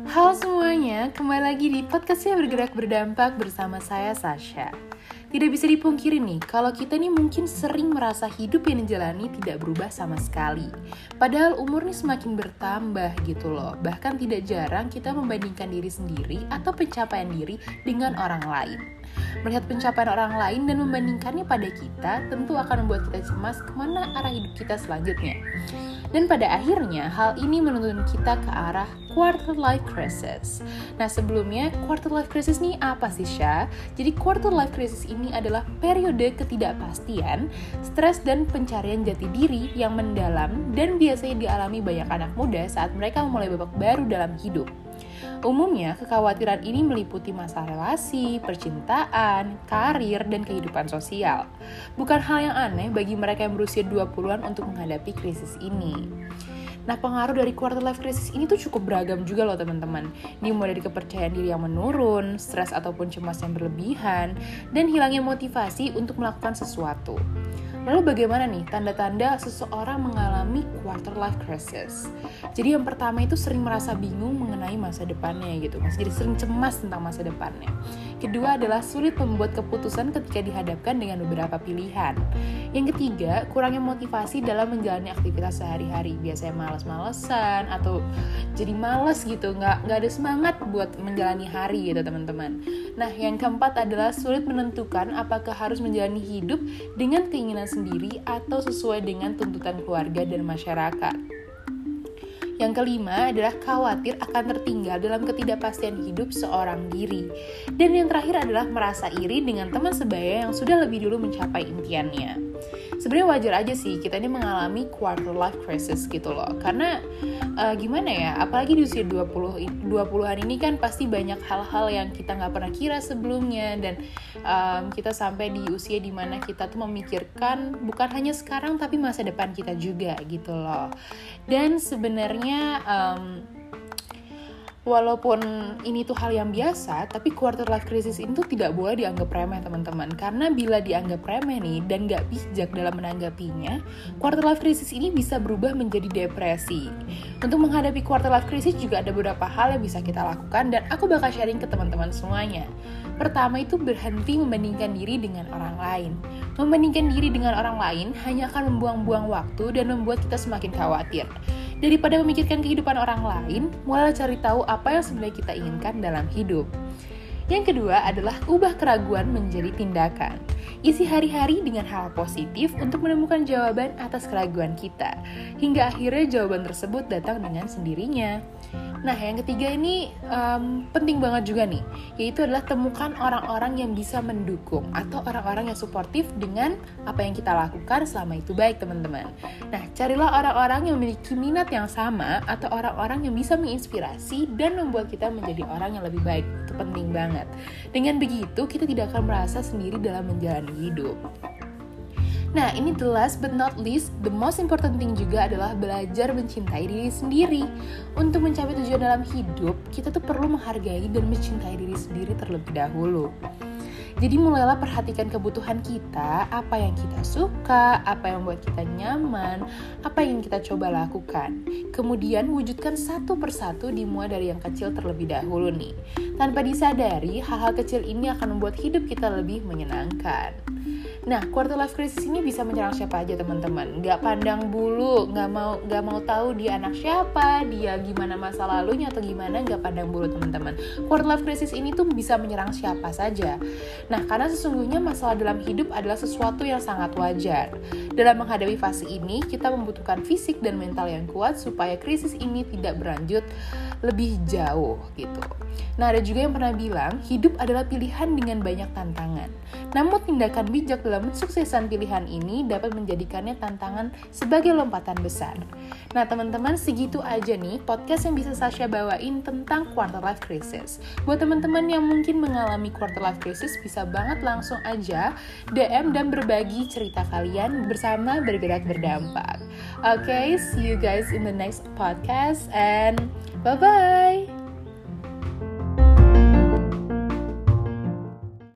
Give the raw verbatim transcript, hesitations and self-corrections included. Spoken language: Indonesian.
Halo semuanya, kembali lagi di podcastnya Bergerak Berdampak bersama saya Sasha. Tidak bisa dipungkiri nih, kalau kita nih mungkin sering merasa hidup yang dijalani tidak berubah sama sekali. Padahal umur nih semakin bertambah gitu loh. Bahkan tidak jarang kita membandingkan diri sendiri atau pencapaian diri dengan orang lain. Melihat pencapaian orang lain dan membandingkannya pada kita tentu akan membuat kita cemas kemana arah hidup kita selanjutnya. Dan pada akhirnya, hal ini menuntun kita ke arah quarter life crisis. Nah sebelumnya, quarter life crisis ini apa sih, Syah? Jadi quarter life crisis ini adalah periode ketidakpastian, stres dan pencarian jati diri yang mendalam dan biasanya dialami banyak anak muda saat mereka memulai babak baru dalam hidup. Umumnya, kekhawatiran ini meliputi masalah relasi, percintaan, karir, dan kehidupan sosial. Bukan hal yang aneh bagi mereka yang berusia dua puluhan untuk menghadapi krisis ini. Nah, pengaruh dari quarter life crisis ini tuh cukup beragam juga loh teman-teman. Dimulai dari kepercayaan diri yang menurun, stres ataupun cemas yang berlebihan, dan hilangnya motivasi untuk melakukan sesuatu. Lalu bagaimana nih tanda-tanda seseorang mengalami quarter life crisis? Jadi yang pertama itu sering merasa bingung mengenai masa depannya gitu, jadi sering cemas tentang masa depannya. Kedua adalah sulit membuat keputusan ketika dihadapkan dengan beberapa pilihan. Yang ketiga, kurangnya motivasi dalam menjalani aktivitas sehari-hari, biasanya malas-malesan atau jadi malas gitu, nggak nggak ada semangat buat menjalani hari gitu teman-teman. Nah yang keempat adalah sulit menentukan apakah harus menjalani hidup dengan keinginan sendiri atau sesuai dengan tuntutan keluarga dan masyarakat. Yang kelima adalah khawatir akan tertinggal dalam ketidakpastian hidup seorang diri. Dan yang terakhir adalah merasa iri dengan teman sebaya yang sudah lebih dulu mencapai impiannya. Sebenarnya wajar aja sih kita ini mengalami quarter life crisis gitu loh. Karena uh, gimana ya, apalagi di usia dua puluhan ini kan pasti banyak hal-hal yang kita gak pernah kira sebelumnya. Dan um, kita sampai di usia dimana kita tuh memikirkan bukan hanya sekarang tapi masa depan kita juga gitu loh. Dan sebenarnya um, walaupun ini tuh hal yang biasa, tapi quarter life crisis ini tuh tidak boleh dianggap remeh teman-teman. Karena bila dianggap remeh nih dan gak bijak dalam menanggapinya, quarter life crisis ini bisa berubah menjadi depresi. Untuk menghadapi quarter life crisis juga ada beberapa hal yang bisa kita lakukan dan aku bakal sharing ke teman-teman semuanya. Pertama itu berhenti membandingkan diri dengan orang lain. Membandingkan diri dengan orang lain hanya akan membuang-buang waktu dan membuat kita semakin khawatir. Daripada memikirkan kehidupan orang lain, mulai cari tahu apa yang sebenarnya kita inginkan dalam hidup. Yang kedua adalah ubah keraguan menjadi tindakan. Isi hari-hari dengan hal positif untuk menemukan jawaban atas keraguan kita. Hingga akhirnya jawaban tersebut datang dengan sendirinya. Nah, yang ketiga ini um, penting banget juga nih, yaitu adalah temukan orang-orang yang bisa mendukung atau orang-orang yang suportif dengan apa yang kita lakukan selama itu baik teman-teman. Nah, carilah orang-orang yang memiliki minat yang sama atau orang-orang yang bisa menginspirasi dan membuat kita menjadi orang yang lebih baik. Itu penting banget. Dengan begitu, kita tidak akan merasa sendiri dalam menjalani hidup. Nah, ini the last but not least, the most important thing juga adalah belajar mencintai diri sendiri. Untuk mencapai tujuan dalam hidup, kita tuh perlu menghargai dan mencintai diri sendiri terlebih dahulu. Jadi mulailah perhatikan kebutuhan kita, apa yang kita suka, apa yang membuat kita nyaman, apa yang kita coba lakukan. Kemudian wujudkan satu persatu dimulai dari yang kecil terlebih dahulu nih. Tanpa disadari, hal-hal kecil ini akan membuat hidup kita lebih menyenangkan. Nah, quarter life crisis ini bisa menyerang siapa aja teman-teman. Gak pandang bulu, gak mau gak mau tahu dia anak siapa, dia gimana masa lalunya atau gimana, gak pandang bulu teman-teman. Quarter life crisis ini tuh bisa menyerang siapa saja. Nah, karena sesungguhnya masalah dalam hidup adalah sesuatu yang sangat wajar. Dalam menghadapi fase ini, kita membutuhkan fisik dan mental yang kuat supaya krisis ini tidak berlanjut lebih jauh gitu. Nah, ada juga yang pernah bilang, hidup adalah pilihan dengan banyak tantangan. Namun tindakan bijak dalam mensuksesan pilihan ini dapat menjadikannya tantangan sebagai lompatan besar. Nah, teman-teman, segitu aja nih podcast yang bisa Sasha bawain tentang quarter life crisis. Buat teman-teman yang mungkin mengalami quarter life crisis, bisa banget langsung aja D M dan berbagi cerita kalian bersama Bergerak Berdampak. Okay, see you guys in the next podcast and bye-bye!